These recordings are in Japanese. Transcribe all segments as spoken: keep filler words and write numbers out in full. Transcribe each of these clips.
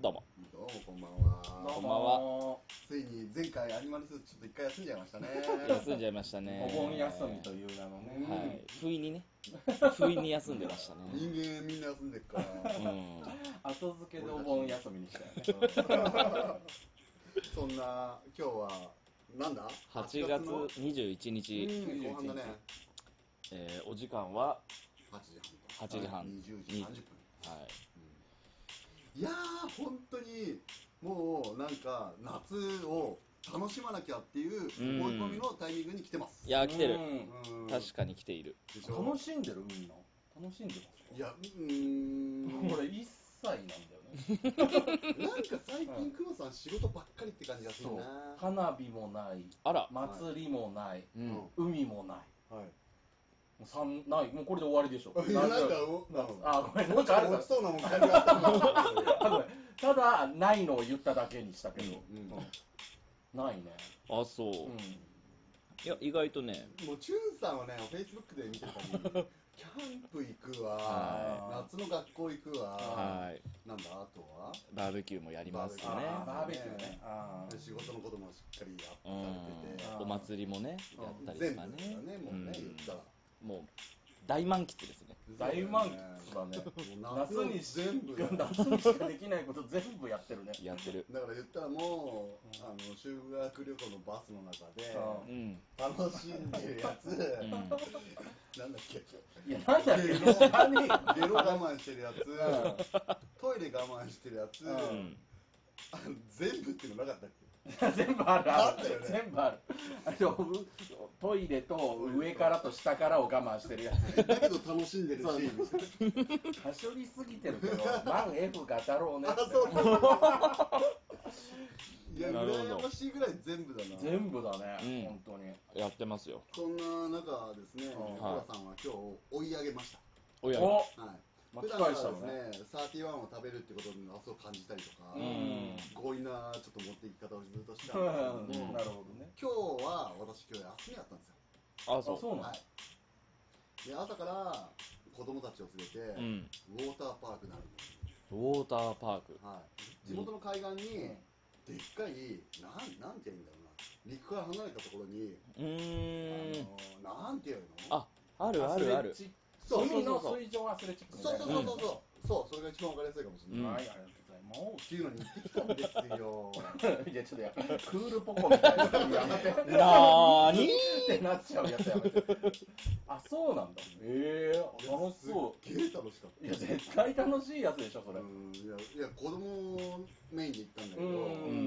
どうもどうもこんばんは。 こんばんは。 ついに前回アニマルスーツちょっと一回休んじゃいましたね。 休んじゃいましたね。 お盆休みという名のね、 はい、不意にね不意に休んでましたね。 人間みんな休んでっから、 うん、 後付けでお盆休みにしたよね。 そんな今日はなんだはちがつにじゅういちにち、 うん後半だね。 えー、お時間ははちじはんとはちじはん、 にじゅうじさんじゅっぷん。 はい、 うん、いやー本当にもうなんか夏を楽しまなきゃっていう思い込みのタイミングに来てます。 いや来てる、 うん、 確かに来ている。 楽しんでるみんな楽しんでますか？ いやうーん俺一切なんだよね。 なんか最近クマさん仕事ばっかりって感じがするな。 花火もない、 あら、 祭りもない、 うん、 海もない、 はい、 もうさんない、もうこれで終わりでしょ。 いやなんかあごめん、 もうんちょなかあるかっと落ちそうなもん感じがあったんだあごめん、ただないのを言っただけにしたけど、 うんうんないね。 あそう、うん、いや意外とね、 もうチューンさんはねフェイスブックで見てる限りキャンプ行くわ、はい、夏の学校行くわ、はい、なんだあとはバーベキューもやりますね。 バーベキューね、 あ仕事のこともしっかりやってて、 お祭りもねやったりとかね、 全部だねもうね、うん、言ったらもう大満喫ですね。 大満喫だね。夏に全部夏にしかできないこと全部やってるね。 やってる。 だから言ったらもう、うん、あの修学旅行のバスの中で、 うん、 楽しんでるやつ、うん、なんだっけ、 いやなんだっけ、 ゲロゲロ我慢してるやつ、うん、トイレ我慢してるやつ、うん、全部っていうのなかったっけ？ 全部あるある、 あったよね、 全部ある。あのトイレと上からと下からを我慢してるやつだけど楽しんでるしはしょりすぎてるけど満 F がだろうねって。 あそういや羨ましいぐらい全部だな。 全部だね、うん、本当にやってますよ。 そんな中ですね、福田さんは今日追い上げました。 追い上げ、はい、 普段からですね、サーティワンを食べるってことに明日を感じたりとか、強引なちょっと持っていき方をずっとしたんですけども、 なるほどね。 今日は私今日休みだったんですよ。 あ、そうそうなんだ。 はい、で朝から子供たちを連れて、うん、ウォーターパークになるんです。 ウォーターパーク。 はい。地元の海岸に、うん、でっかいなんなんて言うんだろうな、陸から離れたところに、 うーん、 あのなんて言うの？ あ、あるあるある。 そうそうそうそう。海の水上アスレチックみたいな。 そうそうそうそう。そう、それが一番わかりやすいかもしれない。はい、ありがとうございます。っていうのに行ってきたんですよ。 いやちょっとや、クールポコみたいなやめて。 なーにってなっちゃうやつやめて。あ、そうなんだ。ええー、楽しそう。 すっげえ楽しかった。 いや絶対楽しいやつでしょそれ。うん、いやいや子供メインで行ったんだけど。うん。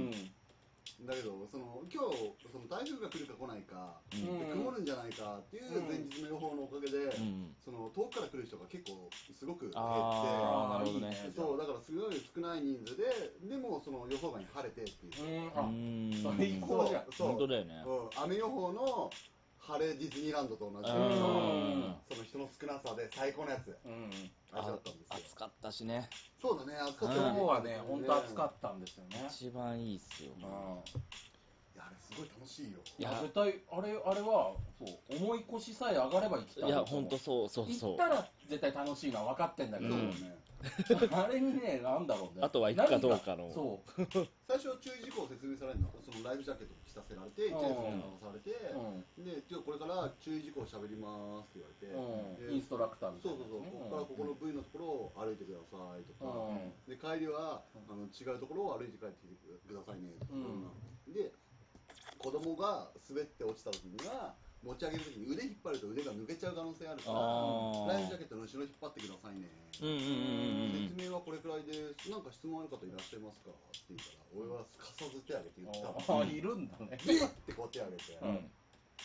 だけどその今日その台風が来るか来ないか、うん、曇るんじゃないかっていう前日の予報のおかげで、うん、その遠くから来る人が結構すごく減って、 あなるほどね、 そうだからすごい少ない人数ででもその予想外に晴れてっていう、 うん、最高じゃん。 そう本当だよね、 うん、雨予報の晴れディズニーランドと同じ、その人の少なさで最高のやつ、うん、味わったんですよ。 暑かったしね。 そうだね、暑かった。 今日はね、本当暑かったんですよね。 一番いいっすよ。 いやあれすごい楽しいよ。 いや絶対あれあれはそう重い腰さえ上がれば行きたい。 いや本当そうそうそう。 行ったら絶対楽しいのは分かってんだけど、あれにねなんだろうね。 あとは行くかどうかの。 そう。 最初注意事項を説明されるのはそのライフジャケットを着させられて、一列に並ばされて、で今日これから注意事項を喋りますって言われて、 インストラクターみたいな。 そうそうそう。ここからここの部位のところを歩いてくださいとか、で帰りはあの違うところを歩いて帰ってきてくださいねとか、で。子供が滑って落ちた時には持ち上げる時に腕引っ張ると腕が抜けちゃう可能性あるからライフジャケットの後ろ引っ張ってくださいね、うんうんうん、説明はこれくらいです、なんか質問ある方いらっしゃいますかって言ったら俺はすかさず手挙げて言ったの。 あ、いるんだね。 ビッってこう手挙げて、うん、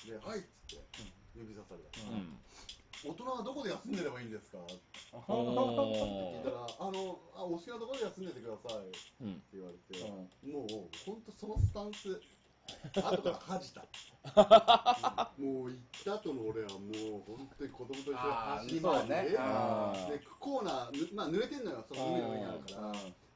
ではいっつって指さされた、うん、大人はどこで休んでればいいんですかって聞いたら、あのあお好きなところで休んでてくださいって言われて、うん、もう本当そのスタンス後から恥じたもう行った後の俺はもう本当に子供と一緒に走り回って、ね、でコーナー、まあ、濡れてんのよ、その海の上にあるから、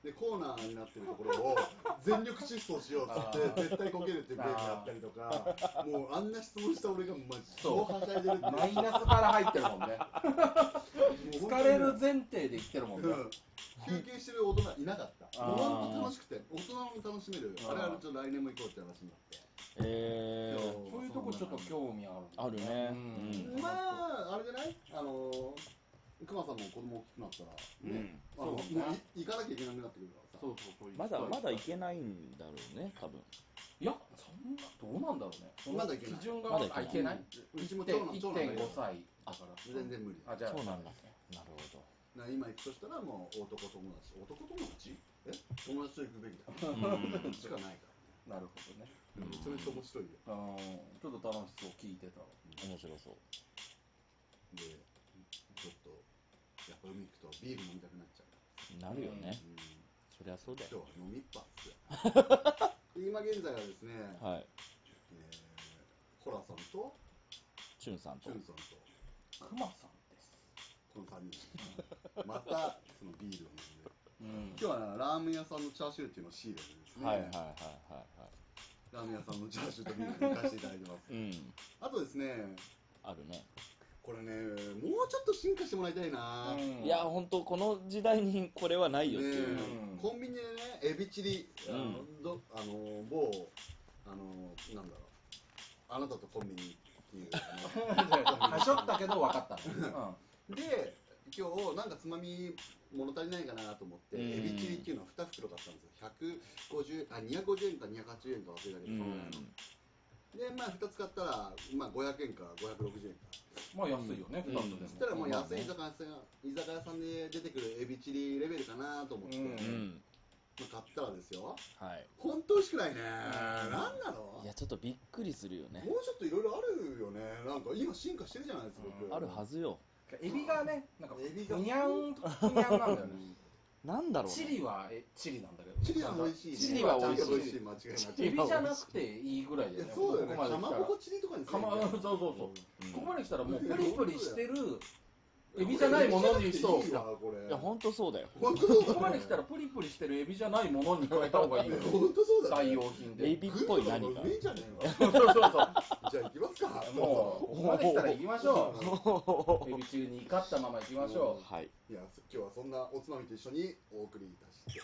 でコーナーになってるところを全力疾走しようっつって絶対こけるっていうゲームやったりとか、もうあんな質問した俺がマジ超はしゃいでるっていうマイナスから入ってるもんね。疲れる前提で言ってるもんね。 うん、休憩してる大人いなかった。 あー本当楽しくて、大人も楽しめる。 あーあれあれちょっと来年も行こうって話になって。 えー、 そういうとこちょっと興味ある。 あるね。 うんうんまああれじゃない？あの熊さんも子供大きくなったらね、あのそうねもうい行かなきゃいけなくなってくるからさ。 そうそうそう。 まだまだいけないんだろうね、多分。 いや、そんなどうなんだろうね。そのまだいけない基準がまだいけないあいけない。 うちも長男長男がいるいってんごさいだから。 全然無理。 あ、じゃあそうなんだ。なるほな今行くとしたらもう男友達、男友達？え？友達と行くべきだ。 うんしかないかなるほどね。 ら。めちゃめちゃ面白いよ。 あーちょっと楽しそう聞いてたわ。 ど。面白そう。 で、ちょっとやっぱ海行くとビール飲みたくなっちゃう。 なるよね。 うんそりゃそうだよ。 今日は飲みっぱっすよ。今現在はですね、 はい。 えー、ホラさんとチュンさんとチュ。ンさんとクマさんです。 このさんにんまたそのビールを飲んで、 うん。 今日はラーメン屋さんのチャーシューっていうのを仕入れるんですね。 はいはいはいはいはラーメン屋さんのチャーシューとビールを行かせていただいてます。 い。うん。 あとですね、 あるね。 これね、もうちょっと進化してもらいたいな。 うんいや、ほんと、この時代にこれはないよっていう。 ねえコンビニでね、エビチリ、あの、 うんどあの某、あの、なんだろう、あなたとコンビニっていう。あのはしょったけど分かったね。 で、今日なんかつまみ物足りないかなと思って、 うんエビチリっていうのをに袋買ったんですよ。ひゃくごじゅう、あ、にひゃくごじゅうえんかにひゃくはちじゅうえんか忘れたけど、 うそのぐらいのん。 で、まあふたつ買ったら、まあごひゃくえんかごひゃくろくじゅうえんか。 うん。まあ安いよね、 うん二つでも。 そしたらもう安い居ま酒屋さん、居酒屋さんで出てくるエビチリレベルかなと思って、 うんうん。 まあ買ったらですよ、 はい。 本当美味しくないね。なんなの？ いや、ちょっとびっくりするよねも。うちょっといろいろあるよね。なんか今進化してるじゃないですか、僕。 あるはずよ。 エビがね、なんかエビがふにゃんふにゃんなんだよね。 なんだろうね。 チリはえチリなんだけど。 チリは美味しいね。 チリは美味しいチリは美味しい、間違いなく。 エビじゃなくていいぐらいだいやよね。 そうだよね。 ここまで来たらかまぼこチリとかにかまそうそうそう。 うんここまで来たらもうプリプリしてるエビじゃないものにそう。 いいわこれ。 いや、ほんとそうだよ。 本当そうだね。 ここまで来たらプリプリしてるエビじゃないものに変えた方がいいよ。 本当そうだね。 代用品で。 エビっぽい何かグ。ミとかうめえじゃねえわ。 そうそうそう。 じゃあ行きますか。 もうここまで来たら行きましょう。エビ中に怒ったまま行きましょはい。 いや、今日はそんなおつまみと一緒にお送りいたして。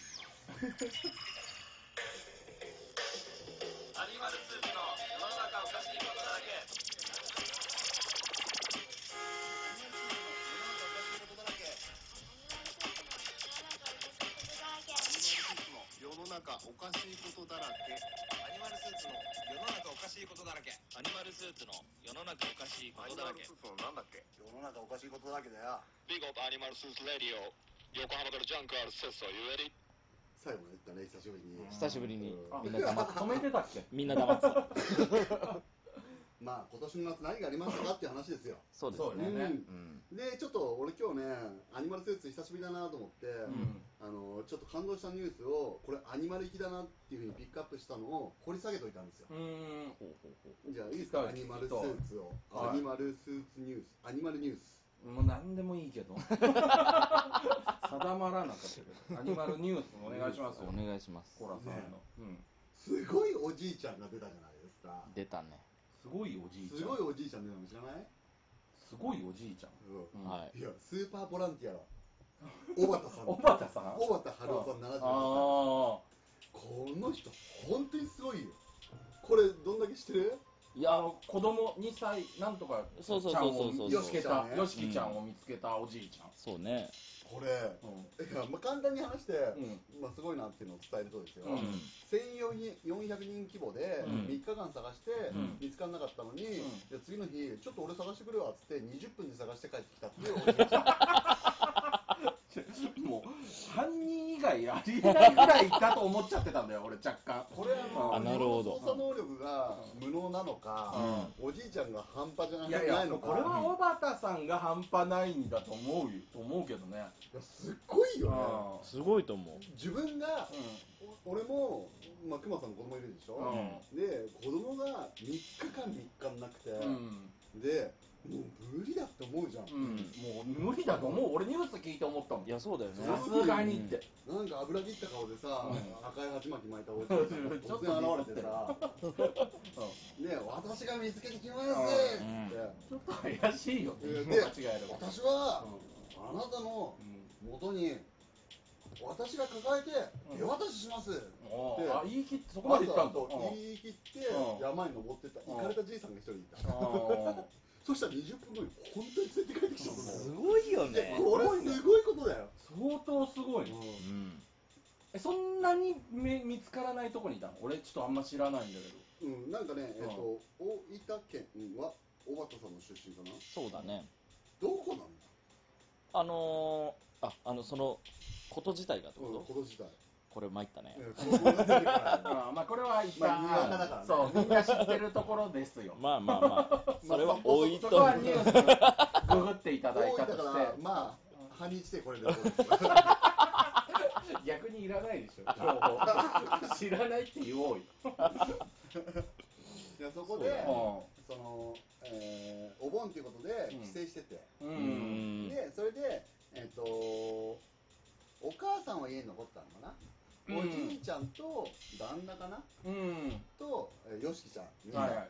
アニマルスープの世の中おかしいことだらけ。 世の中おかしいことだらけ。 アニマルスーツの世の中おかしいことだらけ。アニマルスーツの世の中おかしいことだらけ。 スーツのなんだっけ。 世の中おかしいことだらけだよ。 ビッグオブアニマルスーツレディオ。横浜からジャンクあるセッソ、You ready？ 最後に言ったね、久しぶりに。 久しぶりにう。 みんな黙って止めてたっけ。 みんな黙ってた。 まあ、今年の夏何がありましたかっていう話ですよ。 そうですそうね。 ねうん。 で、ちょっと俺今日ね、アニマルスーツ久しぶりだなと思って、 うん。 あのちょっと感動したニュースを、これアニマル行きだなっていうふうにピックアップしたのを掘り下げといたんですよ。 うーん。 ほうほうほう。 じゃあいいですか、 はいアニマルスーツを。 はいアニマルスーツニュース。アニマルニュース。 もう何でもいいけど。定まらなかったけど。アニマルニュースお願いしますよ。 お願いします。 コラさんのね。 うん。 すごいおじいちゃんが出たじゃないですか。 出たね。 すごいおじいちゃん。 すごいおじいちゃん出たの知らない？ すごいおじいちゃん。 うんうんはい。 いや、スーパーボランティア小畑さん。 小畑さん。 小畑春夫さんななじゅうはっさい。 ああ。 この人、本当にすごいよ。これ、どんだけ知ってる？ いや、 あの子供にさいなんとかそうそうちゃんをそうそう見つけたそうよしきちゃんを見つけたおじいちゃん。 そうね。 これ、 うんいやまあ、簡単に話して、 うまあ、すごいなっていうのを伝えるとですよ、 うんせんよんひゃくにん規模でうんみっかかん探してうん見つからなかったのに、 んじゃあ次の日、ちょっと俺探してくれわっつってにじゅっぷんで探して帰ってきたっていうおじいちゃん。 もう犯人以外ありえないぐらいだと思っちゃってたんだよ俺若干。 これあのあなるほど操作能力が無能なのか、おじいちゃんが半端じゃないいやいやのか、 これは小畑さんが半端ないんだと思うよと思うけどね。 いやすっごいよね。 あすごいと思う。 自分が、お俺も、まあ、熊さんの子供いるでしょ、 うで子供がみっかかんみっかなくて、 うんうんでもう無理だって思うじゃん、 うん、もう無理だと思う。俺ニュース聞いて思ったもん。 いやそうだよね。 さすがにって。 なんか油切った顔でさ、 うん、 赤い鉢巻き巻いたおじさんが突然現れてさね、私が見つけてきますって、 ちょっと怪しいよね。 で、私はあなたの元に私が抱えて手渡ししますって、 あ、言い切って、そこまで言ったんだ。 言い切って山に登ってった、行かれたじいさんが一人いた。そしたらにじゅっぷんごに本当に連れて帰ってきたの。 すごいよね。 これすごいことだよ。 相当すごい。うん。え、そんなに見つからないとこにいたの？俺ちょっとあんま知らないんだけど。 うん、なんかね、えっと大分県は小畑さんの出身かな。 そうだね。 どこなの？ あのー、あ、あのそのこと自体がってこと？ こと自体。 これ参ったね。 まあこれは一旦そうみんな知ってるところですよ。 まあまあまあそれは置いといて。 そこはニュースググっていただいたとして、 まあ半日でこれで。 逆にいらないでしょ。情報知らないって言おうよ。 いやそこでそのお盆ということで帰省してて、でそれでえっとお母さんは家に残ったのかな。おじいちゃんと旦那かな、うん、とよしきちゃん、はいはい、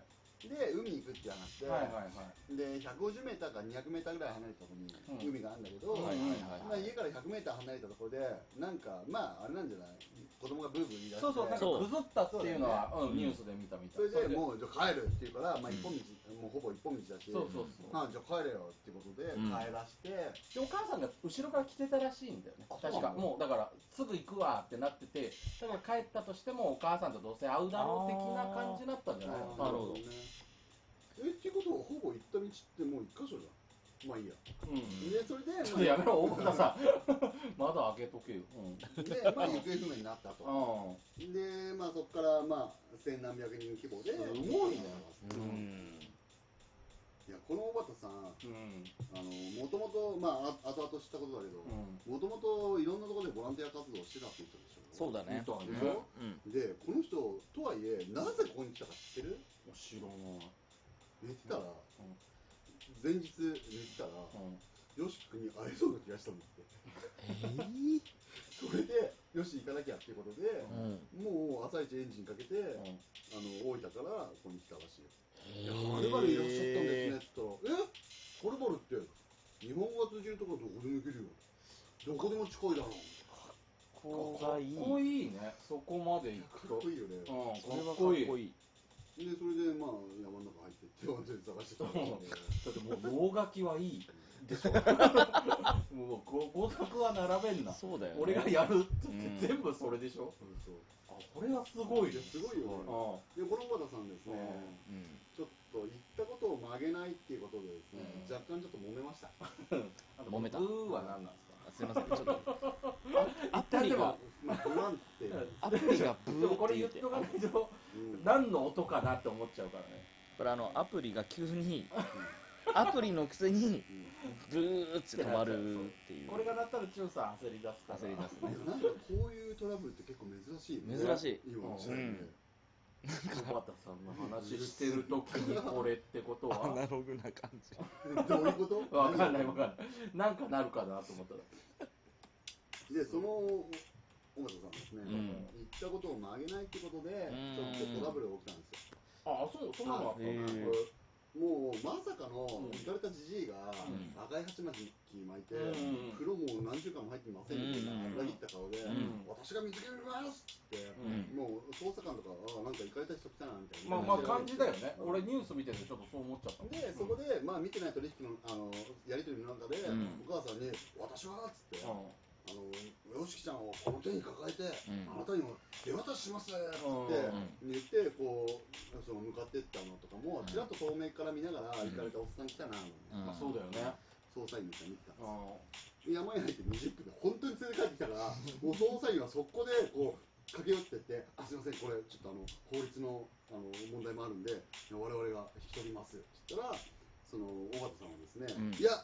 で海に行くって話で、はいはいはい、でひゃくごじゅうメーターかにひゃくメーターぐらい離れたところに海があるんだけど、家からひゃくメーター離れたところでなんかまああれなんじゃない、子供がブーブー言い出して、そうそう、なんかぐずったっていうのは、うん、ニュースで見たみたい。それでもうじゃあ帰るって言うから、まあ一本道、もうほぼ一本道だし、そうそうそう、はあ、じゃあ帰れよっていうことで帰らして、でお母さんが後ろから来てたらしいんだよね。確かもうだからすぐ行くわってなってて、だから帰ったとしてもお母さんとどうせ会うだろう的な感じだったんじゃないの。なるほどね。えっていうことはほぼ行った道ってもう一箇所じゃん。まあいいや。うん。でそれでちょっとやめろ大方さ。まだ開けとけよ。うん。でまあ行方不明になったと。うん。でまあそこからまあ千何百人規模で。すごいね。うん。いやこの小畑さん、うん、あのもともとまあ後々知ったことだけど、もともといろんなところでボランティア活動をしてたっていう人でしょ。そうだね。でしょ。うん、でこの人とはいえなぜここに来たか知ってる？知らない。寝てたら、うん、前日寝てたら、うん、よしき君に会えそうな気がしたんだって。えー、それでよし行かなきゃっていうことで、うん、もう朝一エンジンかけて、うん、あの大分からここに来たらしいよ。いやはるばるいらっしゃったんですねって言ったら、えはるばるって日本語が通じるところどこでも行けるよ。どこでも近いだろう。かっこいい。かっこいいね。そこまで行くと。かっこいいよね。うん、それはかっこいい。でそれでまあ山の中入ってってwanted探してたんだってもう能書きはいいでしょ。もう語作は並べんな。そうだよ、ね、俺がやるって言って全部それでしょ。うん、そうそう。あ、これはすごいです。すごいよね。でこの小畑さんですね、うん、ちょっと言ったことを曲げないっていうことでですね、うん、若干ちょっと揉めました。揉めた。うーは何なんですか。すいません、ちょっとアプリがアプリがブーって言って、でもこれ言っとかないと何の音かなって思っちゃうからね。これあのアプリが急にアプリのくせにブーって止まるっていう。これが鳴ったらチュンさん焦り出すから。焦り出すね。なんかこういうトラブルって結構珍しいよね。珍しい。今の時代ね。小畑さんの話してる時にこれってことはアナログな感じ。どういうこと？わかんないわかんない。なんかなるかなと思ったら。でその小畑さんですね、うん、言ったことを曲げないってことでちょっとトラブルが起きたんですよ。ああ、そう、そんなのあったね。もうまさかの行かれたじじいが赤い鉢巻き巻いて風呂も何週間も入ってませんみたいな裏切った顔で私が見つけますってもう捜査官とかはなんか行かれた人来たなみたいなまあまあ感じだよね。俺ニュース見ててちょっとそう思っちゃったでそこでまあ見てない取引のあのやり取りの中でお母さんに私はっつってあのよしきちゃんをこの手に抱えて、うん、あなたにも手渡ししますって言ってこうその向かっていったのとかもちらっと遠目から見ながら行かれたおっさん来たな、うん、まあそうだよね。捜査員みたいに見てたんですよ。山に入ってにじゅっぷんで本当に連れて帰ってきたからもう捜査員はそこでこう駆け寄ってってあすいませんこれちょっとあの法律のあの問題もあるんで我々が引き取りますって言ったらその小畑さんはですね、うん、いや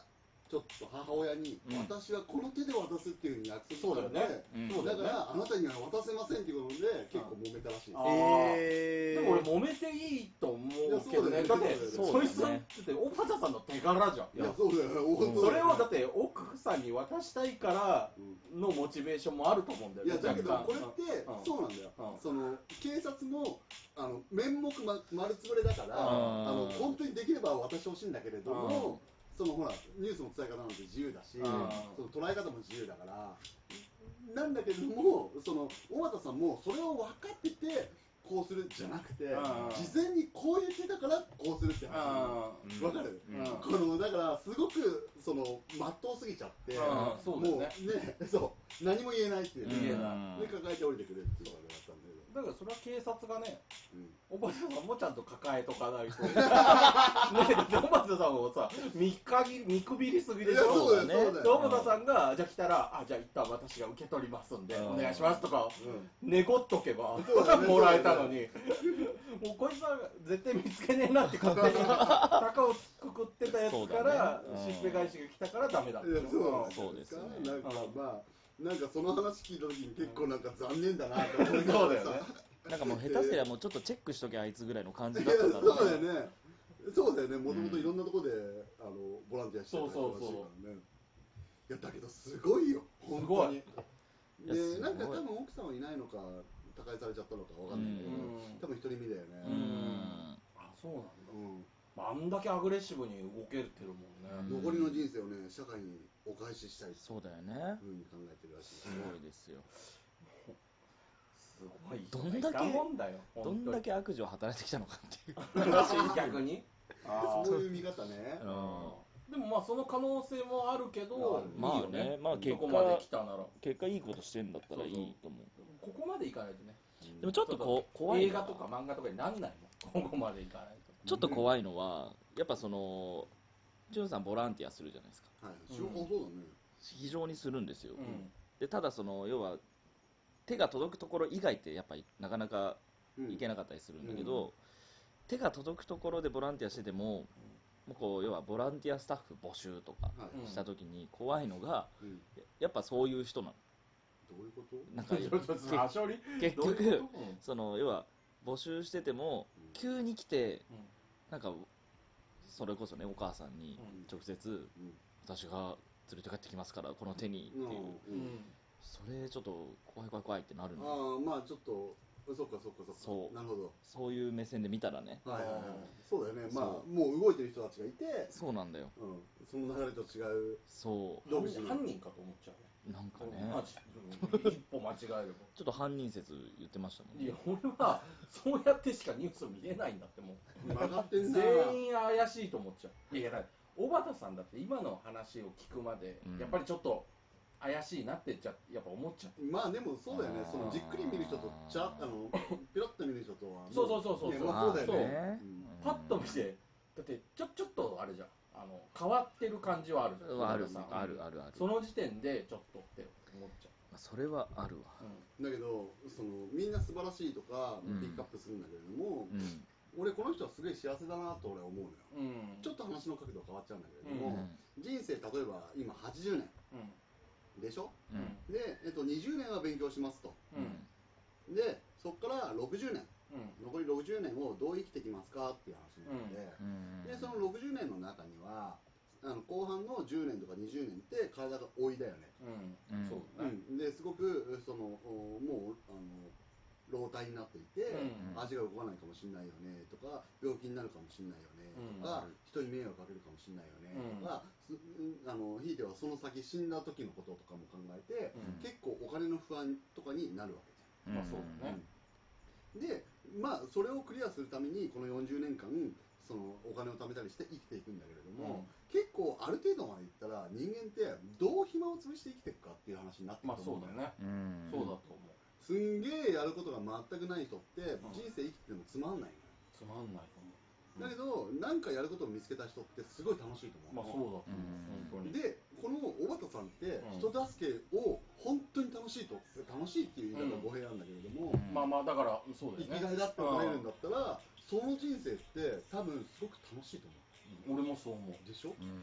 ちょっと母親に、 うん私はこの手で渡すっていうふうに約束したので、 うんそうだよねだからあなたには渡せませんっていうことで結構揉めたらしいです。 あえー、 でも俺揉めていいと思うけどね。 いやだってそうそいつだよねって小畑さんの手柄じゃん。 いやそうだよね、本当そだよねれをだって奥さんに渡したいからうんのモチベーションもあると思うんだよね。 いやだけど若干これってうんそうなんだよ、 うんその警察もあの面目、ま、丸つぶれだから、 うんあの本当にできれば渡してほしいんだけれども、そのほらニュースの伝え方なんて自由だし、 うんその捉え方も自由だからなんだけれども、その小畑さんもそれを分かっててこうするじゃなくて、 うん事前にこういう手だからこうするって話。 うわかる、 うんこのだからすごくそのまっとうすぎちゃって、 んそうだよね。 もうねそう何も言えないっていうね、 言えないで抱えて降りてくるっていうのがあったんだけど、 だからそれは警察がね、 うん小畑さんもちゃんと抱えとかないと。ねえ、だって小畑さんもさ、見限り見くびりすぎでしょ。 いやそうだよねそうだで小よ、 畑さんが、じゃあ来たら、あ、じゃあ一旦私が受け取りますんで、 うんお願いしますとか、 うんねごっとけば、 そうだねもらえたのに、もうこいつは絶対見つけねえなって勝手に高をくくってたやつかそうら、 だねうんしっぺ返しが来たからダメだったいやそうなんそうですよねなんかうんまあなんかその話聞いた時に結構なんか残念だなって思いながらさそうだよね。 なんかもう下手すりゃもうちょっとチェックしとけあいつぐらいの感じいやだったんだろそううねだよねそうだよね、もともといろんなところで、あのボランティアしてたりとかそうそうそうしてるからね。いやだけどすごいよ本当に。 いやすごいでなんか多分奥さんはいないのか他界されちゃったのかわかんないけど、 うん多分独り身だよね。 うんあ、そうなんだ。 うんまあ、あんだけアグレッシブに動けてるもんね。 うん残りの人生をね社会にお返ししたいってそうだよねふうに考えてるらしいですすごいですよすごい人どんだけがいたもんだよ。 どんだけけ悪事を働いてきたのかっていう逆に。あーそういう見方ね。 うんでもまあその可能性もあるけど、 あるまあいいよね。 ねまあ結果どこまで来たなら。 結果いいことしてんだったらいいと思うここまでいかないとね。 でもちょっとこう怖いのは映画とか漫画とかになんないもん。ここまでいかないと。 ちょっと怖いのはやっぱそのジュンさんボランティアするじゃないですかはい。仕事そうだね。 非常にするんですよ、 うんでただその要は手が届くところ以外ってやっぱりなかなかうんいけなかったりするんだけど、手が届くところでボランティアしてても、もうこう要はボランティアスタッフ募集とかはい。 うんした時に怖いのがうんややっぱそういう人なのどういうこと？ なんかちょっとけはしょり結どういう局ことうんその要は募集しててもうん急に来てうんなんかそれこそねお母さんにうん直接うん私が連れて帰ってきますからこの手にっていう、 うんうんそれちょっと怖い怖い怖いってなるのああまあちょっとそっかそっかそっか。 そうなるほど。 そういう目線で見たらねはいはいはいうん。 そうだよね。まあそもう動いてる人たちがいて、 そうなんだようん。その流れと違う。 そう独自犯人かと思っちゃうね。 なんかマねジ一歩間違えれば。 ちょっと犯人説言ってましたもんねいや、俺はそうやってしかニュースを見れないんだって、もう。 曲がってんな。 全員怪しいと思っちゃう。いや、だから小畑さんだって今の話を聞くまで、 うんやっぱりちょっと怪しいなってちゃやっぱ思っちゃう。 まあでもそうだよねあ。ーそのじっくり見る人とちゃあのピロッと見る人とは。 そうそうそうそうねまあそうだよそうね。 パッと見て、だってちょちょっとあれじゃん、あの変わってる感じはあるじゃん、 ある小畑さんあるあるあるその時点でちょっとって思っちゃまあそれはあるわう。 だけどそのみんな素晴らしいとかうんピックアップするんだけれども、 うん俺この人はすごい幸せだなと俺は思うのよ。 うん。うん。 ちょっと話の角度変わっちゃうんだけれどうも、 ん人生例えば今はちじゅうねうん。 んでしょ。 うんで、えっと、にじゅうねんは勉強しますと。 うん。 でそこからろくじゅうねんうん。 残りろくじゅうねんをどう生きてきますかっていう話になって、 うんでそのろくじゅうねんの中にはあの後半のじゅうねんとかにじゅうねんって体が老いだよね、 うん。 うんそううだね。 ん、ですごくそのおもうあの老体になっていて、 うん足が動かないかもしれないよねとか病気になるかもしれないよねとか、人に迷惑かけるかもしれないよねとか、すあのひいてはその先死んだ時のこととかも考えて、 うん結構お金の不安とかになるわけじゃん。 まあそうだね。 でまあそれをクリアするためにこのよんじゅうねんかんそのお金を貯めたりして生きていくんだけれども、結構ある程度までいったら人間ってどう暇を潰して生きていくかっていう話になってくまあると思うんだよそうだね。 うんそうだと思う。 すんげえやることが全くない人ってん人生生きててもつまんないのよ、 つまんないと思う。 だけどなんかやることを見つけた人ってすごい楽しいと思う、 まあそうだと思う。本当に。 でこの小畑さんってうん人助けを本当に楽しいと楽しいっていう言い方は語弊なんだけれども、 うんまあまあだからそうだ生よね。 きがいだって思えるんだったら、その人生って多分すごく楽しいと思うん俺もそう思う。 うでしょ、 うん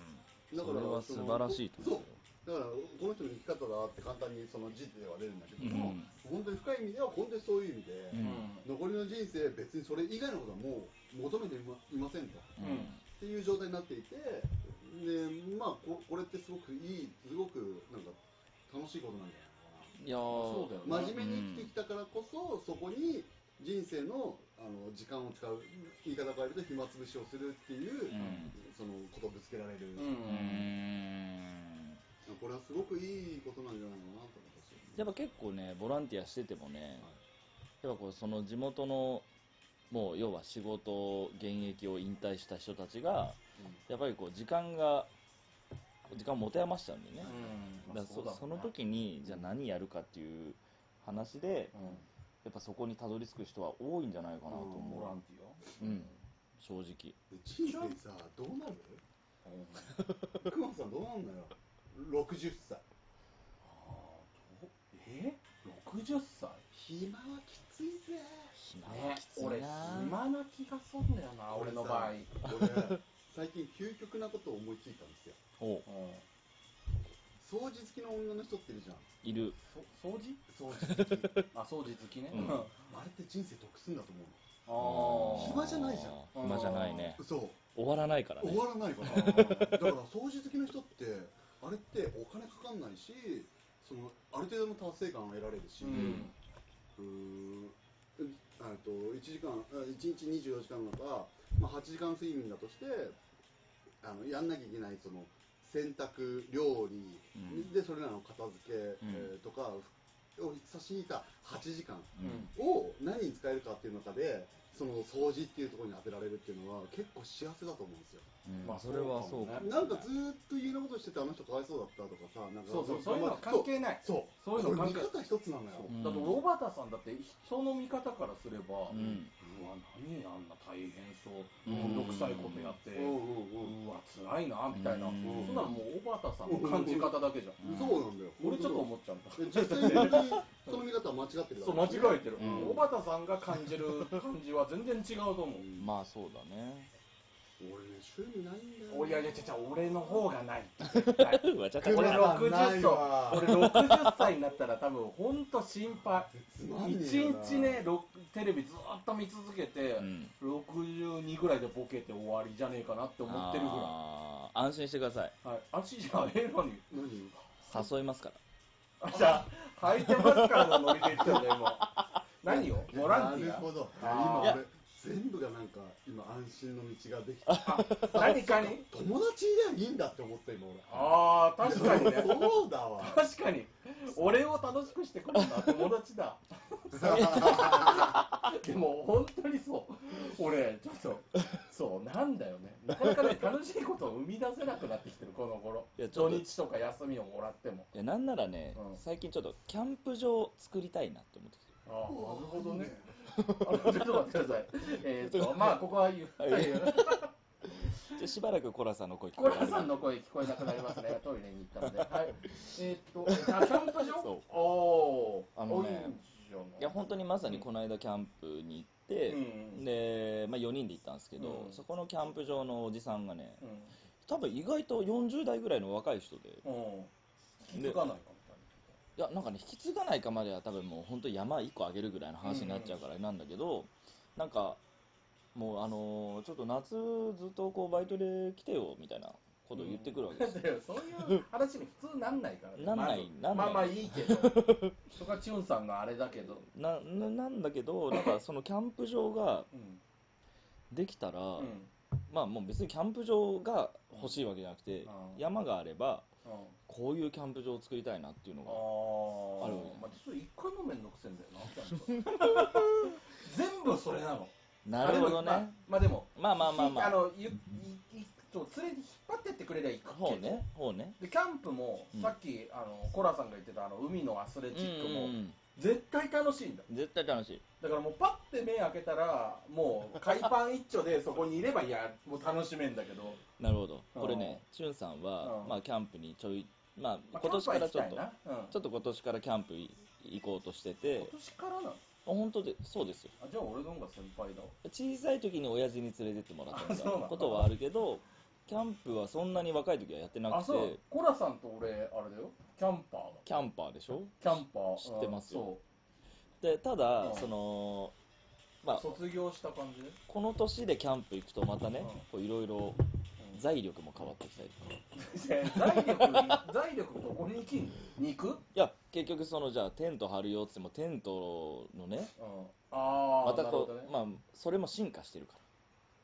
だからそれは素晴らしいと思うよ。 そうだからこの人の生き方だって簡単にその字では出るんだけども、 うん本当に深い意味では本当にそういう意味で、 うん残りの人生別にそれ以外のことはもう求めていまいませんと、 うんっていう状態になっていて、でまあここれってすごくいいすごくなんか楽しいことなんじゃないかな。 いやーそうだよね真面目に生きてきたからこそ、そこに人生のあの時間を使う、言い方を変えると暇つぶしをするっていう、 んそのことをぶつけられる、 うんうーんこれはすごくいいことなんじゃないかなと思ったし、 やっぱ結構ねボランティアしててもね、やっぱこうその地元のもう要は仕事現役を引退した人たちがやっぱりこう時間が時間を持て余しちゃうんでね、 うんだからそまあそうだろうねその時にじゃあ何やるかっていう話で、 うんやっぱそこにたどり着く人は多いんじゃないかなとボ思う、 ランティアうん、正直。 で人生さ、どうなる熊さん、どうなんだよ、ろくじゅっさい、 あーどうえろくじゅっさい暇はきついぜ、 暇ねはきつい俺な暇な気がすんだよな俺の場合俺、最近、究極なことを思いついたんですよ、 おうん掃除好きの女の人っているじゃん、 いる。 そ掃除掃除好き、 あ掃除好きねうんああれって人生得すんだと思うの。 あ暇じゃないじゃんあー暇じゃないね。 そう終わらないからね。 終わらないからだから掃除好きの人ってあれってお金かかんないし、そのある程度の達成感を得られるし、 うんうーんあといちじかんあいちにちにじゅうよじかんの中、まあ、はちじかん睡眠だとしてあのやんなきゃいけないその洗濯料理、 うんでそれらの片付け、 んえーとかを差し引いたはちじかんうんを何に使えるかっていう中でその掃除っていうところに当てられるっていうのは結構幸せだと思うんですよ。 うんまあそれはそうかもそうかもねなんかずーっと家のことしててあの人かわいそうだったとかさ、なんかそうそうそういうの関係ないそうそういうの関係これ見方一つなのよ。 うんだって小畑さんだって人の見方からすれば、ううんわ何あんな大変そううんめんどくさいことやって、 うんうんうんうわ辛いなみたいな、 うんそんなのもう小畑さんの感じ方だけじゃん、 うんそうなんだよ。 俺ちょっと思っちゃうんだで実際に本当にその見方は間違ってるだそうろ間違えてる、 うん小畑さんが感じる感じは全然違うと思う、 まあそうだね。 俺ね趣味ないんだよ。 おいやいやちゃちゃ俺の方がないうわちゃちゃ俺熊ろくじゅっないわ歳俺ろくじゅっさいになったら多分本当心配つまんね一えよな日ねろテレビずっと見続けて、 うんろくじゅうにぐらいでボケて終わりじゃねえかなって思ってるぐらいあー安心してください。 はい、足じゃええのに何誘いますから。 あじゃあ履いてますからのノリで言ってるね今何をボランティアなるほど。 あー今俺全部がなんか今安心の道ができた。 あ何かに友達いりゃいいんだって思った今俺。 ああ確かにねそうだわ。 確かに俺を楽しくしてくれるのは友達だでも本当にそう俺ちょっとそうなんだよねなかなかね楽しいことを生み出せなくなってきてるこの頃いやちょっと土日とか休みをもらってもいやなんならね、 うん最近ちょっとキャンプ場作りたいなって思ってきてああなるほどねあのちょっと待ってくださいえーっとまあここは言う、 はいはいじゃあしばらくコラさんの声聞コこえないラさんの声聞こえなくなりますね。トイレに行ったので。はい。えーっと、あキャンプ場そうおー。 あのねいいんじゃないいや本当にまさにこの間キャンプに行って、 うんで、まあ、よにんで行ったんですけど、 うんそこのキャンプ場のおじさんがねうん。 多分意外とよんじゅう代ぐらいの若い人でうん。引き継がないかいやなんかね引き継がないかまでは多分もう本当山いっこあげるぐらいの話になっちゃうからなんだけど、なんかもうあのーちょっと夏ずっとこうバイトで来てよみたいなことを言ってくるわけですよ、 みたいな。そういう話に普通なんないからね。 なんないまずなんないまあまあいいけど。そこはチュンさんのあれだけど。 なななんだけどなんかそのキャンプ場がうん。 できたら、 うん。 まあもう別にキャンプ場が欲しいわけじゃなくて、 うん山があればうん。 こういうキャンプ場を作りたいなっていうのがああ。 あるわけまあ、それ一回のめんどくせえんだよな。キャンプ全部それなの。 なるほどね、 あでもまあ、まあでもまあまあまあまああのゆいいと連れて引っ張ってってくれりゃいいけどほうねほうねでキャンプも、 うんさっきあのコラさんが言ってたあの海のアスレチックも、 うんうん絶対楽しいんだうん絶対楽しいだからもうパッて目開けたらもう海パン一丁でそこにいればいやもう楽しめんだけど、 なるほどうんこれねしゅんさんは、 うんまあ、キャンプにちょいまあまあ今年からちょっと、 キャンプは行きたいなうんちょっと今年からキャンプい行こうとしてて今年からなのあ本当でそうですよあじゃあ俺の方が先輩だわ小さい時に親父に連れてってもらったみたいあそうなのなことはあるけどキャンプはそんなに若い時はやってなあ、 くそうて、 コラさんと俺あれだよ、キャンパーだ。 キャンパーでしょ。 キャンパー知ってますよ。 そでただ、 うんそのまう、 あ卒業した感じで。 この年でキャンプ行くとまたね、 うんこういろいろ財力も変わってきたりとか。 財力、財力どこに生きんの？肉？ いや結局そのじゃあテント張るよっつってもテントのね、 うん、ああ、 またこう、 なるほどね。 まあそれも進化してるから。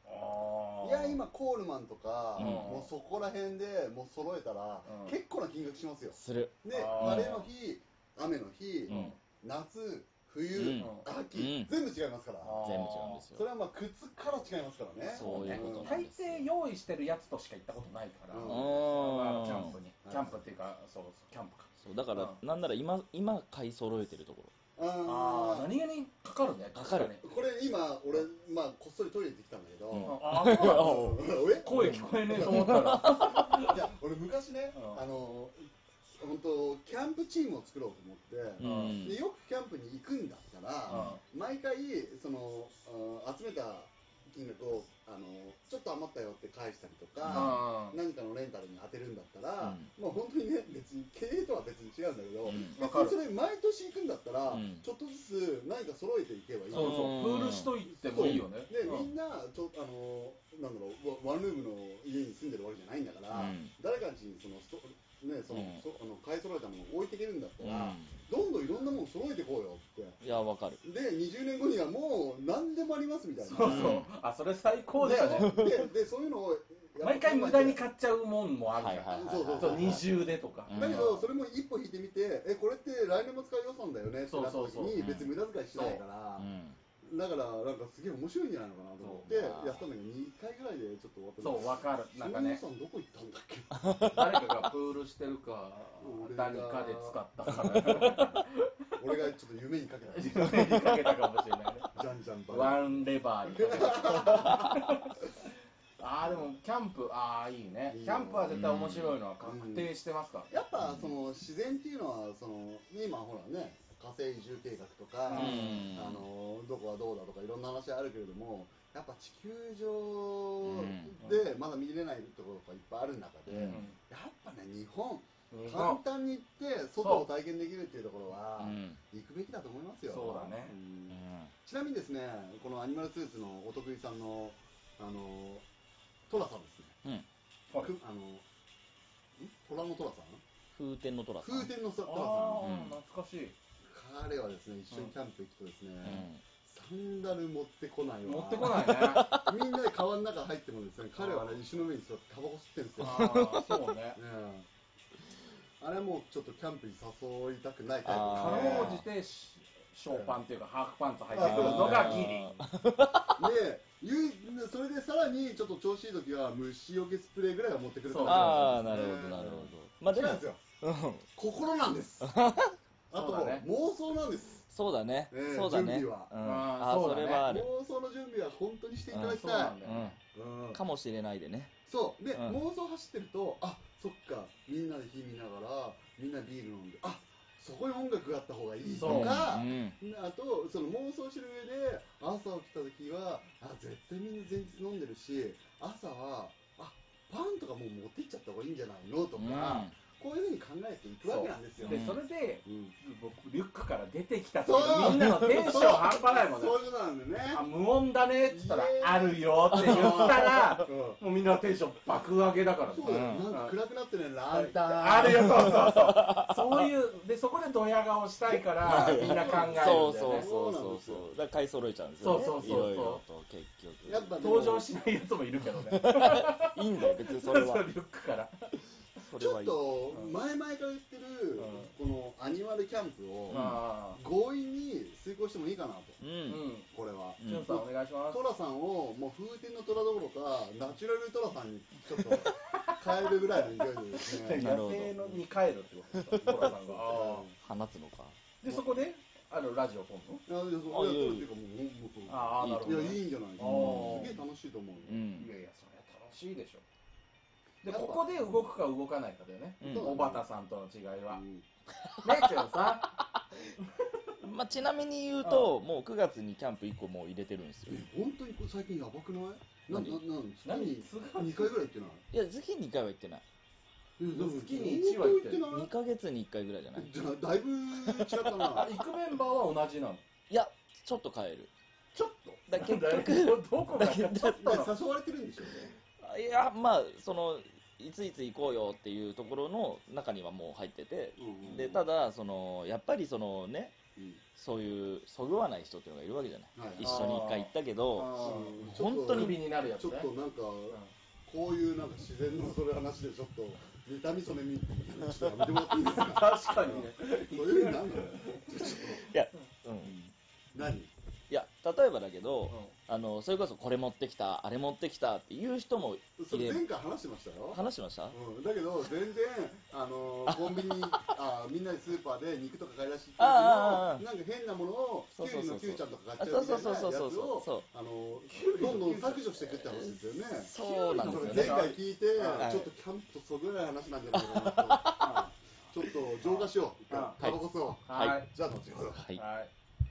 あいや今コールマンとか、 うんもうそこら辺でもう揃えたら、 うん結構な金額しますよ。 する。 であー晴れの日雨の日、 うん夏冬、 うん秋、 うん全部違いますから。 あー全部違うんですよ。 それはまあ靴から違いますからね。 そういうこと大抵用意してるやつとしか行ったことないから、 うんまあキャンプに、 うんキャンプっていうか、そうそう、キャンプか。 そうだから、 うなんなら今今買い揃えてるとこあああ、 ー何気にかかるね、 かかる確に。 これ今俺、まあ、こっそりトイレ行ってきたんだけど、 うんああ、そうなの俺声聞こえねえと思ったら。 いや俺昔ね、 うんあの本当キャンプチームを作ろうと思って、 ろ。うんでよくキャンプに行くんだったら、毎回そのあ集めた金額をあのちょっと余ったよって返したりとか、 うん何かのレンタルに当てるんだったら、 うんまあ本当にね別に経営とは別に違うんだけど、 うん別わかるにそれ毎年行くんだったら、 うんちょっとずつ何か揃えていけばいい。 そうそう、プールしといてもいいよね。 で、 うんみんなちょあのなんだろうワワンルームの家に住んでるわけじゃないんだから、 うん誰かんちにそのストねその、 うんそあの買い揃えたものを置いていけるんだったうら、 んどんどんいろんなもの揃えていこうよって。 いやわかる。 でにじゅうねんごにはもう何でもありますみたいな。 そうそう、あ、それ最高だよね。 ででそういうのを毎回無駄に買っちゃうもんもあるじゃん。 はいはいはいそうそうそう、二重でとか。 うんだけどそれも一歩引いてみて、えこれって来年も使う予算だよねってなった時そうそうそうに別に無駄遣いしないから。 うんだからなんかすげえ面白いんじゃないのかなと思ってそうやったんだけどにかいぐらいでちょっと終わった。 そう、わかる。なんかねそ、の予算どこ行ったんだっけ。 誰かがプールしてるか、何かで使ったか、 俺がちょっと夢にかけた。じ夢にかけたかもしれないね。 ゃんじゃんバワンレバーにかけた。ああ、でもキャンプ、ああ、いいね。 いいよキャンプは絶対面白いのは確定してますから。 やっぱその自然っていうのはその今ほらね火星移住計画とか、 うんあのどこがどうだとかいろんな話あるけれども、やっぱ地球上でまだ見れないところとかいっぱいある中で、 うんやっぱね日本日簡本単に行って外を体験できるっていうところはうん行くべきだと思いますよ。 そうだねんうんちなみにですねこのアニマルスーツのお得意さんのあのトラさんですね。 うんはいくあのん虎のトラさん風天の虎さん。 風天のトラさん。 ああ、 うん懐かしい。 彼はですね一緒にキャンプ行くとですね、 うんサンダル持ってこないわ。 持ってこないね。 みんなで川の中入ってもですね彼はね石の上に座ってタバコ吸ってるんですよ。 ああ、そうね。 ねえあれもうちょっとキャンプに誘いたくないタイプかあーろうじてショーパンっていうかハーフパンツ履いてくるのがギリ。 でゆいそれでさらにちょっと調子いい時は虫除けスプレーぐらいは持ってくるそうああなるほどなるほど。まあでも違うんですようん心なんですあと、 そうだね妄想なんですそうだね、 ええそうだね。 準備はうん、 あーあーそうだねそれはある。 妄想の準備は本当にしていただきそうたい、 なんだよね。 うんかもしれないでね。 そうで、 うん妄想走ってるとあそっかみんなで火見ながらみんなビール飲んであそこに音楽があった方がいいとそうか、 うんあとその妄想してる上で朝起きた時はあ絶対みんな前日飲んでるし朝はあパンとかもう持ってっちゃった方がいいんじゃないのとか、 うんこういうふうに考えていくわけなんですよ。 で、それで、 うん僕、リュックから出てきた時そうみんなのテンション半端ないもんね。 そういうことなんだよね。 あ、無音だねって言ったらイエーイ、 あるよって言ったら、 うんもうみんなテンション爆上げだからね。 そうだよ、 うんなんか暗くなってね、ランタン。 あるよ、そうそうそう。そういう、で、そこでドヤ顔したいから、みんな考えるんだよね。 そうそうそうそうそう。だから買い揃えちゃうんですよね。 そうそうそうそういろいろと結局。 やっぱでも登場しないやつもいるけどね。 いいんだよ別にそれは。 リュックから。 それはいい。 ちょっと前々から言ってる、このアニマルキャンプをああ。 強引に遂行してもいいかなと、 う。 うんん。 これは。 うんしゅんさんお願いします。 トラさんをもう風天のトラどころかナチュラルトラさんにちょっと変えるぐらいの勢いでですねなるほど野生のに帰るってことですか、トラさんが。あ放つのか。 ーで、そこで、あの、ラジオ撮るのいやいやそうあいやいやいやっていうかもうもうそうああ、なるほどね。 いやいいんじゃないですかあーすげえ楽しいと思うよ、 うんい。やいや、それは楽しいでしょ。で、 やっぱここで動くか動かないかだよね。 うん小畑さんとの違いは。 うんね、ちゅんさん。 まあ、ちなみに言うと、もうくがつにキャンプいっこもう入れてるんですよ。 え、本当にこれ最近やばくない？な、な、な、 何月ににかいぐらい行ってない？ いや、月にいっかいは行ってない。 え、でも月にいちは行ってる本当にかげつにいっかいぐらいじゃない？ 行ってない？だだいぶ違ったな。 あ、行くメンバーは同じなの？ いや、ちょっと変える。 ちょっとだ結局なんだよどこがちょっとだなの？ 誘われてるんでしょうね。 いや、まあ、その、いついつ行こうよっていうところの中にはもう入ってて、 うんうんで、ただ、その、やっぱりそのね、 うんそういう、そぐわない人っていうのがいるわけじゃない。 はい一緒に一回行ったけど、 うん本当にクビになるやつちょっね。 となんか、こういうなんか自然のそれ話でちょっと妬みそねみっていうのちょっとやめてもらっていいですか？ 確かにね。 そういうのなんなの？ いや、うん。 何？ いや、例えばだけど、あの、それこそこれ持ってきた、あれ持ってきたっていう人もいれそれ前回話してましたよ。 話しましたうん、だけど全然あのコンビニあみんなでスーパーで肉とか買い出し行ってるあーあーあーなんか変なものをキュウリのキュウちゃんとか買っちゃそううみたいなやつそうそうそうそうそうをあのどんどん削除していくって話ですよね。 そうなんですよ前ね。 回聞いて、 はいちょっとキャンプとそぐらい話なんじゃないかなとちょっと浄化しよう。 あタバコ吸おう。 はい。 じゃあ後ほど。 はい。 はい。